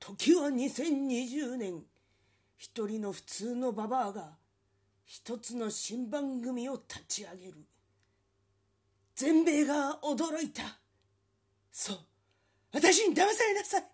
時は2020年、一人の普通のババアが一つの新番組を立ち上げる。全米が驚いた。そう、私に騙されなさい。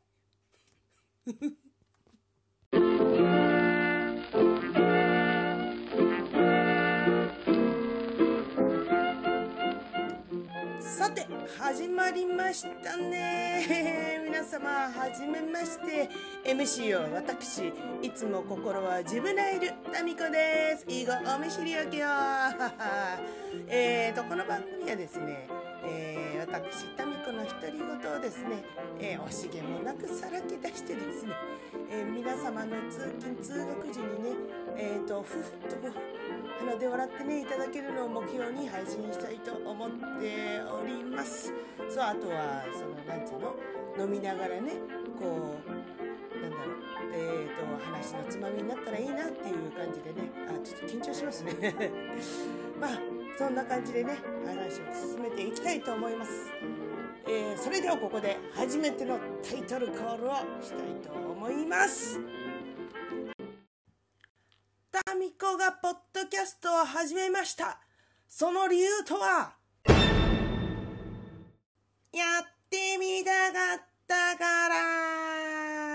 さて始まりましたね。皆様はじめまして。 MC を私、いつも心はジブナイルタミコです。以後お見知りおきよ。この番組はですね、私タミコの独り言をですね、惜しげもなくさらけ出してですね、皆様の通勤通学時にね、ふふっと鼻で笑ってねいただけるのを目標に配信したいと思っております。そう、あとはなんつうの、飲みながらね、こうなんだろう、話のつまみになったらいいなっていう感じでね、ちょっと緊張しますね。まあそんな感じでね、話を進めていきたいと思います。それではここで初めてのタイトルコールをしたいと思います。タミコがポッドキャストを始めました。その理由とは、やってみたかったから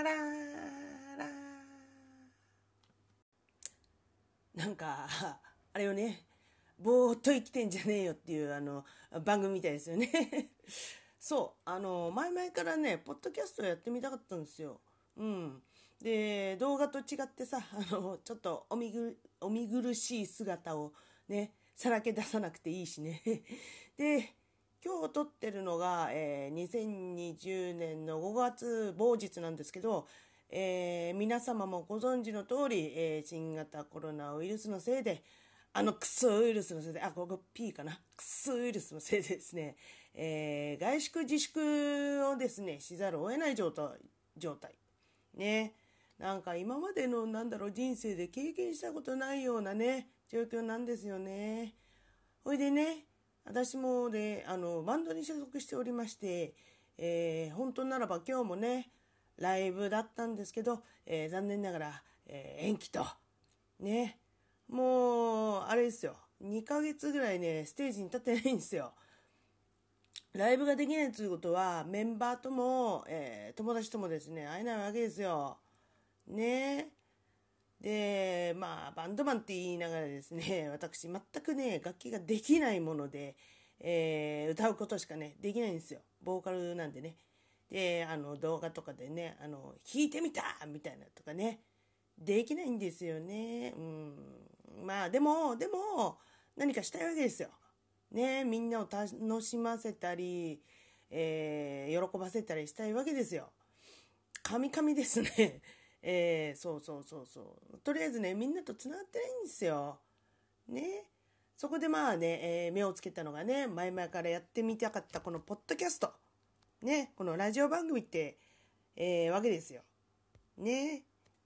なんかあれよね、ぼーっと生きてんじゃねえよっていう番組みたいですよね。そう前々からねポッドキャストやってみたかったんですよ。で動画と違ってさ、ちょっとお見苦しい姿をねさらけ出さなくていいしね。で今日撮ってるのが、2020年の5月某日なんですけど、皆様もご存知の通り、新型コロナウイルスのせいで、クソウイルスのせいで、ここ P かな、クソウイルスのせいでですね、外出自粛をですねしざるを得ない状態ね。なんか今までの人生で経験したことないようなね状況なんですよね。ほいでね、私もねバンドに所属しておりまして、本当ならば今日もねライブだったんですけど、残念ながら、延期とね。もうあれですよ、2ヶ月ぐらいねステージに立ってないんですよ。ライブができないということはメンバーとも、友達ともですね会えないわけですよね。でバンドマンって言いながらですね、私全くね楽器ができないもので、歌うことしかねできないんですよ。ボーカルなんでね。で動画とかでね弾いてみたみたいなとかねできないんですよね。でも何かしたいわけですよね。みんなを楽しませたり、喜ばせたりしたいわけですよ。神々ですね。そうとりあえずねみんなとつながってないんですよね。そこで目をつけたのがね、前々からやってみたかったこのポッドキャストね、このラジオ番組って、わけですよね。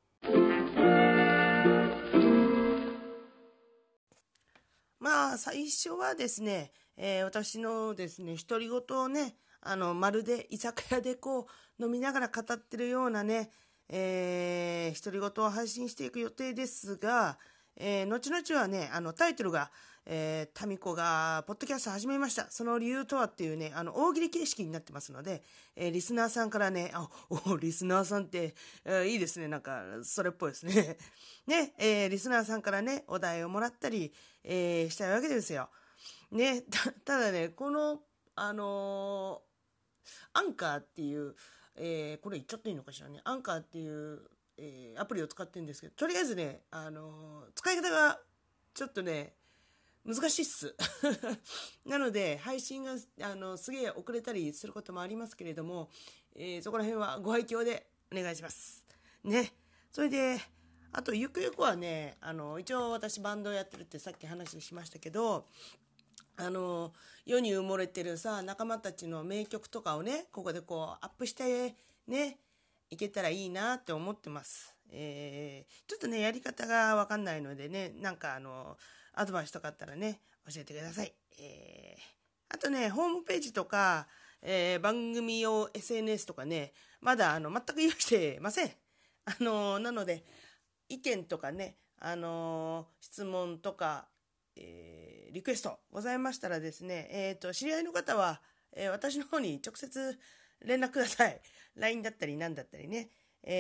最初はですね、私のですね独り言をねまるで居酒屋でこう飲みながら語ってるようなね、独り言を配信していく予定ですが、後々はねタイトルが、タミコがポッドキャスト始めました、その理由とはっていうね大喜利形式になってますので、リスナーさんからねリスナーさんって、いいですね、なんかそれっぽいですね。ね、リスナーさんからねお題をもらったり、したいわけですよね。ただねこのアンカーっていう、これ言っちゃっていいのかしらね、アンカーっていう、アプリを使ってるんですけど、とりあえずね使い方がちょっとね難しいっす。なので配信がすげえ遅れたりすることもありますけれども、そこら辺はご愛嬌でお願いしますね。それであとゆくゆくはね一応私バンドやってるってさっき話しましたけど、世に埋もれてるさ仲間たちの名曲とかをねここでこうアップしてねいけたらいいなって思ってます。ちょっとねやり方が分かんないのでね、なんかアドバイスとかあったらね教えてください。あとねホームページとか、 番組用 SNS とかね、まだ全く用意してません。なので、意見とかね、質問とか、リクエストございましたらですね、知り合いの方は、私の方に直接連絡ください。LINE だったり何だったりね、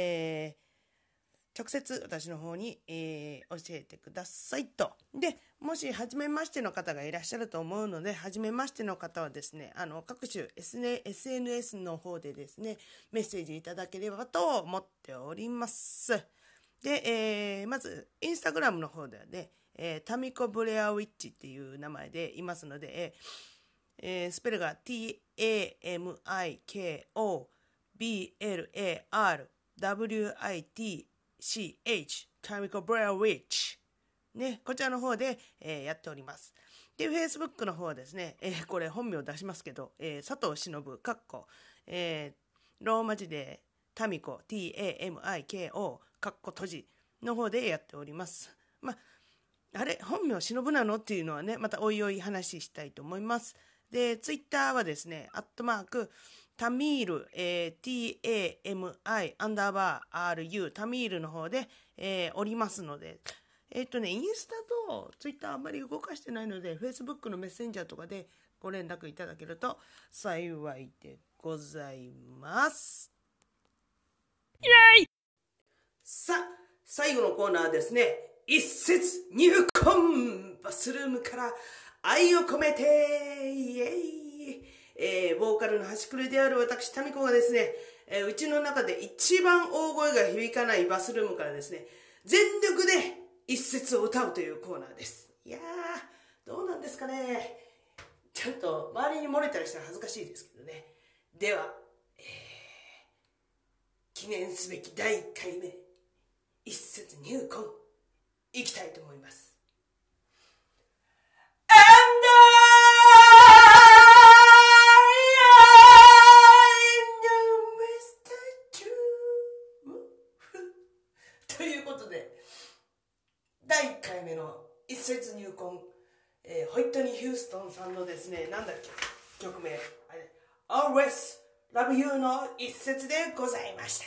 直接私の方に、教えてくださいと。で、もし初めましての方がいらっしゃると思うので、初めましての方はですね、各種 SNS の方でですね、メッセージいただければと思っております。で、まずインスタグラムの方ではね、タミコブレアウィッチっていう名前でいますので、スペルが TAMIKOBLARWITCH タミコブレアウィッチね、こちらの方で、やっております。で、Facebook の方はですね、これ本名出しますけど、佐藤忍かっこ、ローマ字でタミコ TAMIKO かっこ閉じの方でやっております。あれ本名忍なのっていうのはね、またおいおい話したいと思います。で、ツイッターはですね、タミール、TAMI_RU タミールの方で、おりますので、インスタとツイッターあんまり動かしてないので、Facebook のメッセンジャーとかでご連絡いただけると幸いでございます。イエーイ！さあ、最後のコーナーですね。一節入魂バスルームから愛を込めてイエーイ、ボーカルの端くれである私タミコがですね、うちの中で一番大声が響かないバスルームからですね、全力で一節を歌うというコーナーです。いやー、どうなんですかね。ちょっと周りに漏れたりしたら恥ずかしいですけどね。では、記念すべき第1回目一節入魂いきたいと思います。ということで、第1回目の一節入魂、ホイットニー・ヒューストンさんのですね、なんだっけ、曲名、Always Love You の一節でございました。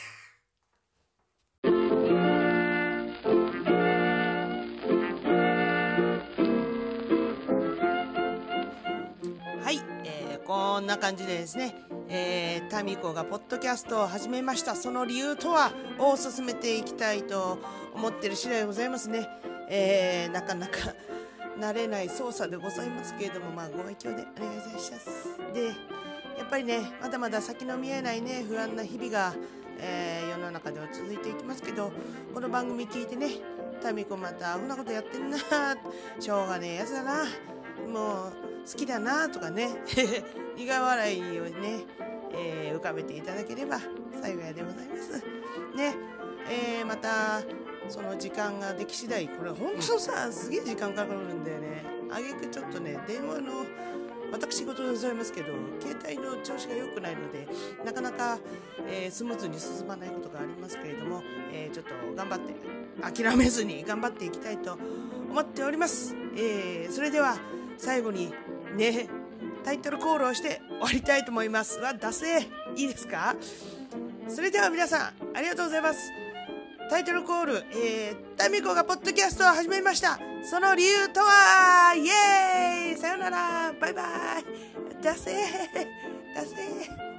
こんな感じでですね、タミコがポッドキャストを始めました。その理由とはを進めていきたいと思っている次第でございますね。なかなか慣れない操作でございますけれども、ご愛嬌でお願いいたします。で、やっぱりね、まだまだ先の見えないね、不安な日々が、世の中では続いていきますけど、この番組聞いてね、タミコまたあんなことやってんな、しょうがねえやつだな、もう好きだなとかね苦笑いをね、浮かべていただければ幸いでございますね。またその時間ができ次第、これほんとさすげえ時間かかるんだよね。あげくちょっとね、電話の私事でございますけど、携帯の調子が良くないのでなかなか、スムーズに進まないことがありますけれども、ちょっと頑張って諦めずに頑張っていきたいと思っております。それでは最後にね、タイトルコールをして終わりたいと思います。ダセー、いいですか？それでは皆さんありがとうございます。タイトルコール、タミコがポッドキャストを始めました。その理由とはイエーイ、さよなら、バイバイ、ダセーダセー。